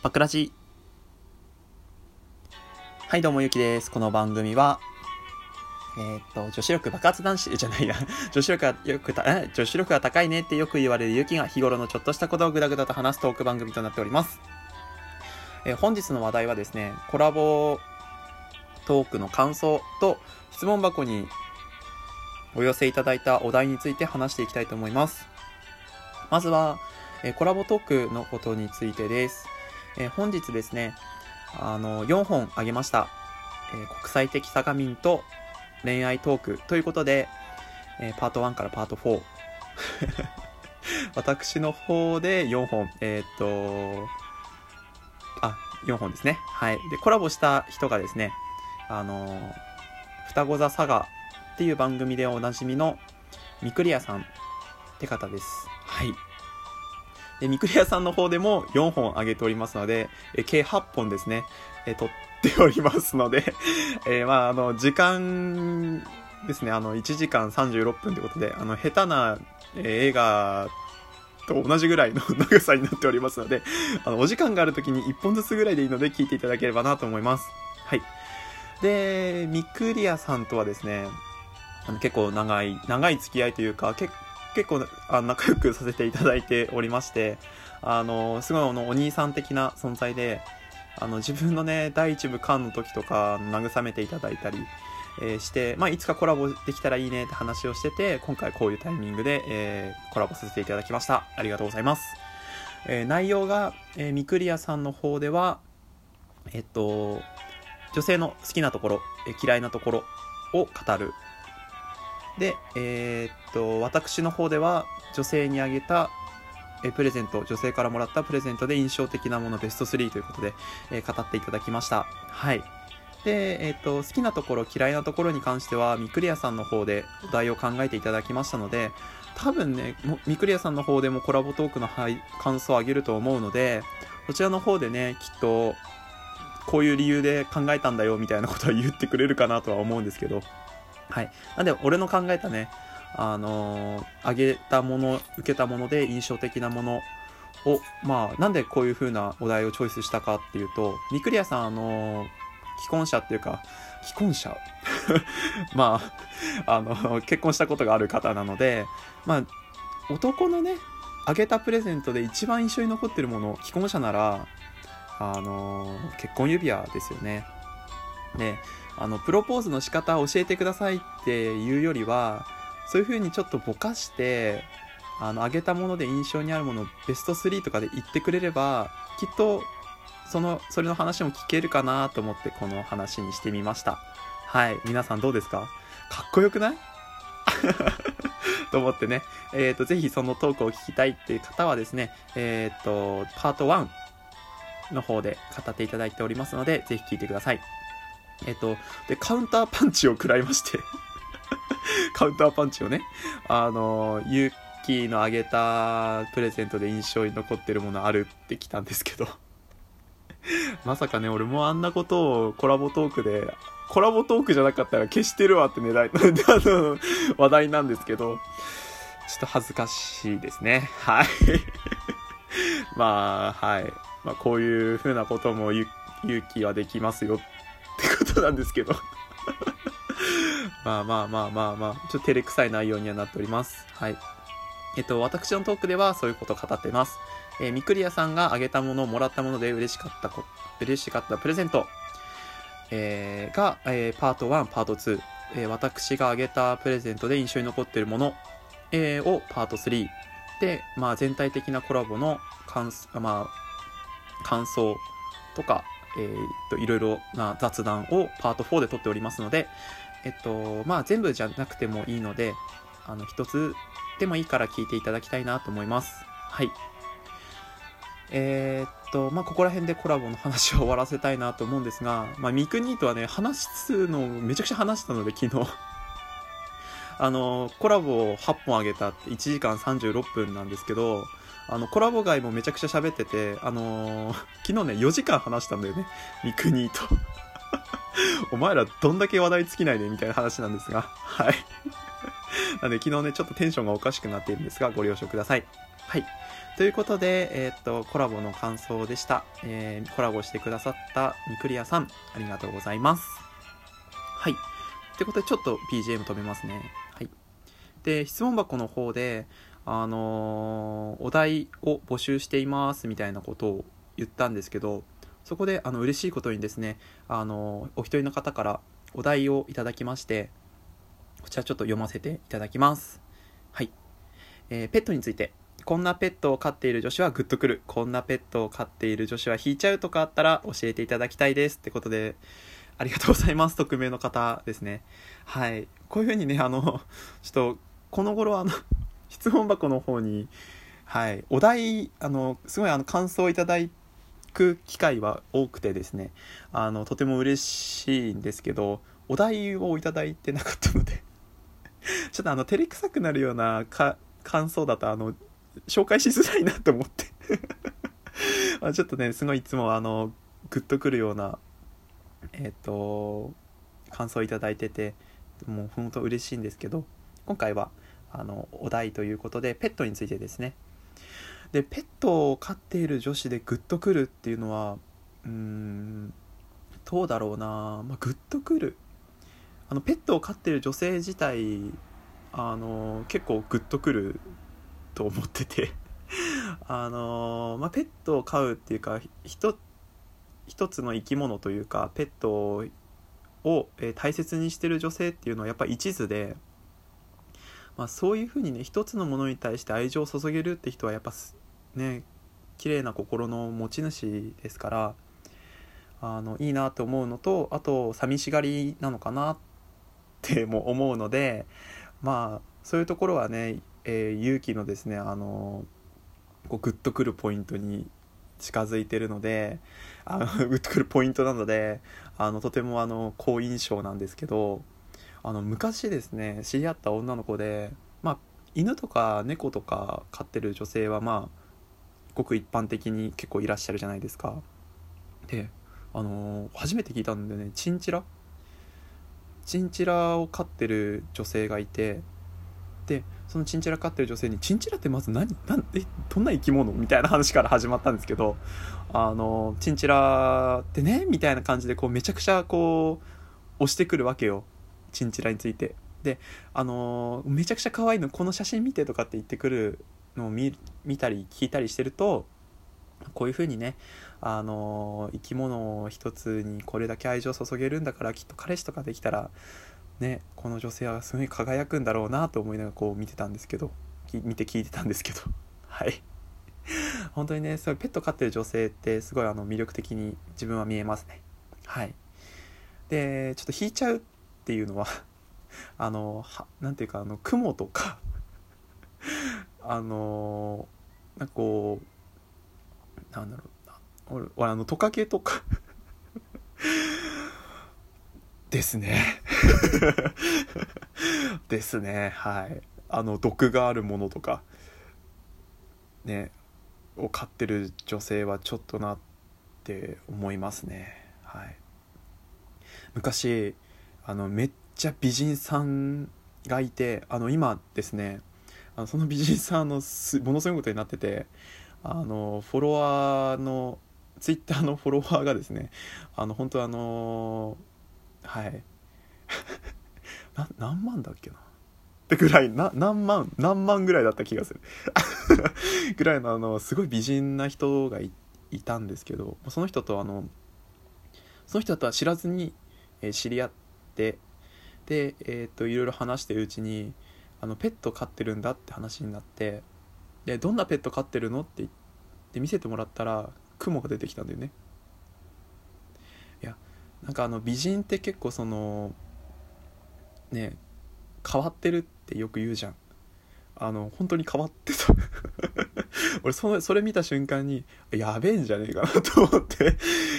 バクラジ。はい、どうもゆきです。この番組は女子力爆発男子じゃないや女子力が高いねってよく言われるゆきが日頃のちょっとしたことをぐだぐだと話すトーク番組となっております。本日の話題はですね、コラボトークの感想と質問箱にお寄せいただいたお題について話していきたいと思います。まずはコラボトークのことについてです。本日ですね、4本あげました。国際的サガミンと恋愛トークということで、パート1からパート4 私の方で4本4本ですね。はい。でコラボした人がですね、双子座サガっていう番組でおなじみのミクリアさんって方です。はい。でミクリアさんの方でも4本あげておりますので、計8本ですね、撮っておりますので時間ですね、1時間36分ということで、下手な、映画と同じぐらいの長さになっておりますので、お時間がある時に1本ずつぐらいでいいので聞いていただければなと思います。はい。でミクリアさんとはですね、結構長い付き合いというか、結構仲良くさせていただいておりまして、すごいお兄さん的な存在で、自分のね第一部間の時とか慰めていただいたり、して、いつかコラボできたらいいねって話をしてて、今回こういうタイミングで、コラボさせていただきました。ありがとうございます。内容が、ミクリアさんの方では女性の好きなところ、嫌いなところを語る。で、私の方では女性にあげたプレゼント、女性からもらったプレゼントで印象的なものベスト3ということで、語っていただきました。はい。で、好きなところ嫌いなところに関してはミクリアさんの方でお題を考えていただきましたので、多分ねミクリアさんの方でもコラボトークの感想をあげると思うので、こちらの方でねきっとこういう理由で考えたんだよみたいなことは言ってくれるかなとは思うんですけど、はい。なんで俺の考えたね、あげたもの、受けたもので印象的なものを、なんでこういう風なお題をチョイスしたかっていうと、ミクリアさん既婚者っていうか、既婚者結婚したことがある方なので、男のねあげたプレゼントで一番印象に残ってるもの、既婚者なら結婚指輪ですよね。でプロポーズの仕方を教えてくださいっていうよりは、そういう風にちょっとぼかしてあげたもので印象にあるものをベスト3とかで言ってくれれば、きっとそれの話も聞けるかなと思ってこの話にしてみました。はい。皆さんどうですか？かっこよくないと思ってね、ぜひそのトークを聞きたいっていう方はですね、パート1の方で語っていただいておりますので、ぜひ聞いてください。でカウンターパンチを食らいましてカウンターパンチをね、ユッキーのあげたプレゼントで印象に残ってるものあるってきたんですけどまさかね、俺もあんなことをコラボトークじゃなかったら消してるわって話題なんですけど、ちょっと恥ずかしいですね。はいはい。こういう風なことも勇気はできますよってことなんですけどちょっと照れくさい内容にはなっております。はい。私のトークではそういうことを語っています。ミクリアさんがあげたもの、もらったもので嬉しかったプレゼント、が、パート1、パート2、私があげたプレゼントで印象に残っているもの、をパート3で、全体的なコラボの感想とか、いろいろな雑談をパート4で撮っておりますので、全部じゃなくてもいいので、一つでもいいから聞いていただきたいなと思います。はい。ここら辺でコラボの話を終わらせたいなと思うんですが、ミクニーとはね、話すのめちゃくちゃ話したので、昨日コラボを8本あげたって1時間36分なんですけど、コラボ外もめちゃくちゃ喋ってて、昨日ね4時間話したんだよね、ミクニーとお前らどんだけ話題尽きないでみたいな話なんですが、はいなんで昨日ねちょっとテンションがおかしくなっているんですが、ご了承ください。 はい。ということで、コラボの感想でした。コラボしてくださったミクリアさん、ありがとうございます。はい。ということで、ちょっと BGM 止めますね。はい。で、質問箱の方で、お題を募集していますみたいなことを言ったんですけど、そこで嬉しいことにですね、お一人の方からお題をいただきまして、こちらちょっと読ませていただきます。はい。ペットについて、こんなペットを飼っている女子はグッとくる、こんなペットを飼っている女子は引いちゃうとかあったら教えていただきたいですってことで、ありがとうございます。匿名の方ですね。はい。こういうふうにね、ちょっと、この頃質問箱の方に、はい、お題、すごい感想をいただく機会は多くてですね、とても嬉しいんですけど、お題をいただいてなかったので、ちょっと照れくさくなるような感想だと、紹介しづらいなと思ってちょっとね、すごいいつもグッとくるような、感想をいただいてて、もう本当嬉しいんですけど、今回はお題ということでペットについてですね。で、ペットを飼っている女子でグッとくるっていうのはどうだろうな、グッとくる、ペットを飼っている女性自体結構グッとくると思っててペットを飼うっていうか、一つの生き物というか、ペットを大切にしてる女性っていうのはやっぱり一途で、そういうふうにね、一つのものに対して愛情を注げるって人はやっぱね、綺麗な心の持ち主ですから、いいなと思うのと、あと寂しがりなのかなっても思うので、そういうところはね、勇気のですね、こうグッとくるポイントに近づいてるので、グッとくるポイントなので、とても好印象なんですけど、昔ですね、知り合った女の子で、犬とか猫とか飼ってる女性はごく一般的に結構いらっしゃるじゃないですか。で、初めて聞いたんでね、チンチラを飼ってる女性がいて、でそのチンチラ飼ってる女性に、チンチラってまずどんな生き物みたいな話から始まったんですけど、チンチラってねみたいな感じで、こうめちゃくちゃこう押してくるわけよ、チンチラについて。でめちゃくちゃ可愛いの、この写真見てとかって言ってくるのを見たり聞いたりしてると、こういう風にね、生き物一つにこれだけ愛情を注げるんだから、きっと彼氏とかできたらね、この女性はすごい輝くんだろうなと思いながらこう見て聞いてたんですけどはい本当にね、そういうペット飼ってる女性ってすごい魅力的に自分は見えますね。はい。で、ちょっと引いちゃうっていうのはなんていうか、雲とかなんかこう、なんだろうな、俺トカゲとかですねですね、はい。毒があるものとかねを飼ってる女性はちょっとなって思いますね。はい。昔めっちゃ美人さんがいて、今ですね、その美人さんものすごいことになってて、フォロワーのツイッターのフォロワーがですね、本当はい何万だっけなってぐらい、何万ぐらいだった気がするぐらいのすごい美人な人がいたんですけど、その人とは知らずに、知り合って、で、いろいろ話してるうちにペット飼ってるんだって話になって、でどんなペット飼ってるのって言って見せてもらったら、クモが出てきたんだよね。いや、なんか美人って結構ね、変わってるってよく言うじゃん。本当に変わってた俺それ見た瞬間にやべえんじゃねえかなと思って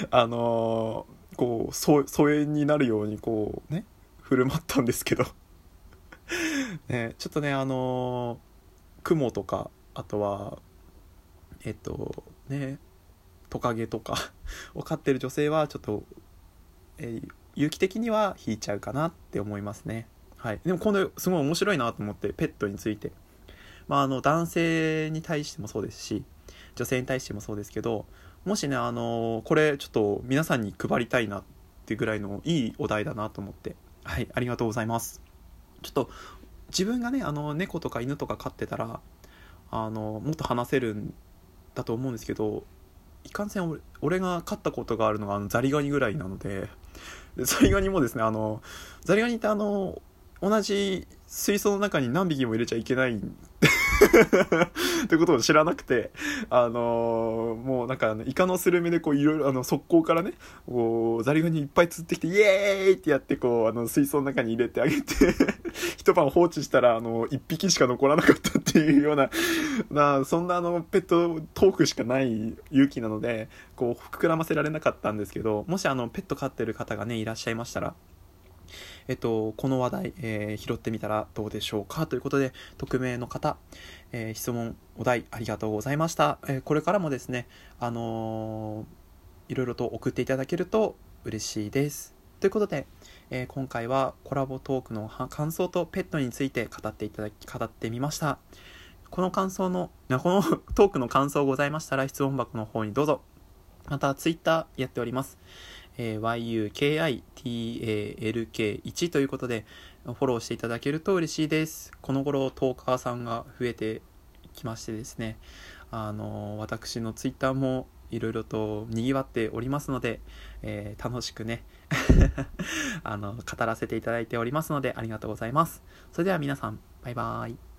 こう疎遠になるようにこうね振る舞ったんですけどね、ちょっとねクモとか、あとはねトカゲとかを飼ってる女性はちょっと、有機的には引いちゃうかなって思いますね。はい。でもこのすごい面白いなと思って、ペットについて男性に対してもそうですし、女性に対してもそうですけど、もしね、これちょっと皆さんに配りたいなってぐらいのいいお題だなと思って、はい、ありがとうございます。ちょっと自分がね、猫とか犬とか飼ってたら、もっと話せるんだと思うんですけど、いかんせん俺が飼ったことがあるのがザリガニぐらいなので、ザリガニもですね、ザリガニって同じ水槽の中に何匹も入れちゃいけないってことを知らなくて、もうなんかイカのスルメでこういろいろ側溝からね、こうザリガニいっぱい釣ってきてイエーイってやってこう水槽の中に入れてあげて一晩放置したら一匹しか残らなかったっていうようなそんなペットトークしかない勇気なので、こう膨らませられなかったんですけど、もしペット飼ってる方がねいらっしゃいましたら、この話題、拾ってみたらどうでしょうかということで、匿名の方、質問お題ありがとうございました。これからもですね、いろいろと送っていただけると嬉しいです。ということで、今回はコラボトークの感想とペットについて語ってみました。このトークの感想ございましたら、質問箱の方にどうぞ。またツイッターやっております。yukitalk1 ということでフォローしていただけると嬉しいです。この頃トーカーさんが増えてきましてですね、私のツイッターもいろいろと賑わっておりますので、楽しくね語らせていただいておりますので、ありがとうございます。それでは皆さん、バイバイ。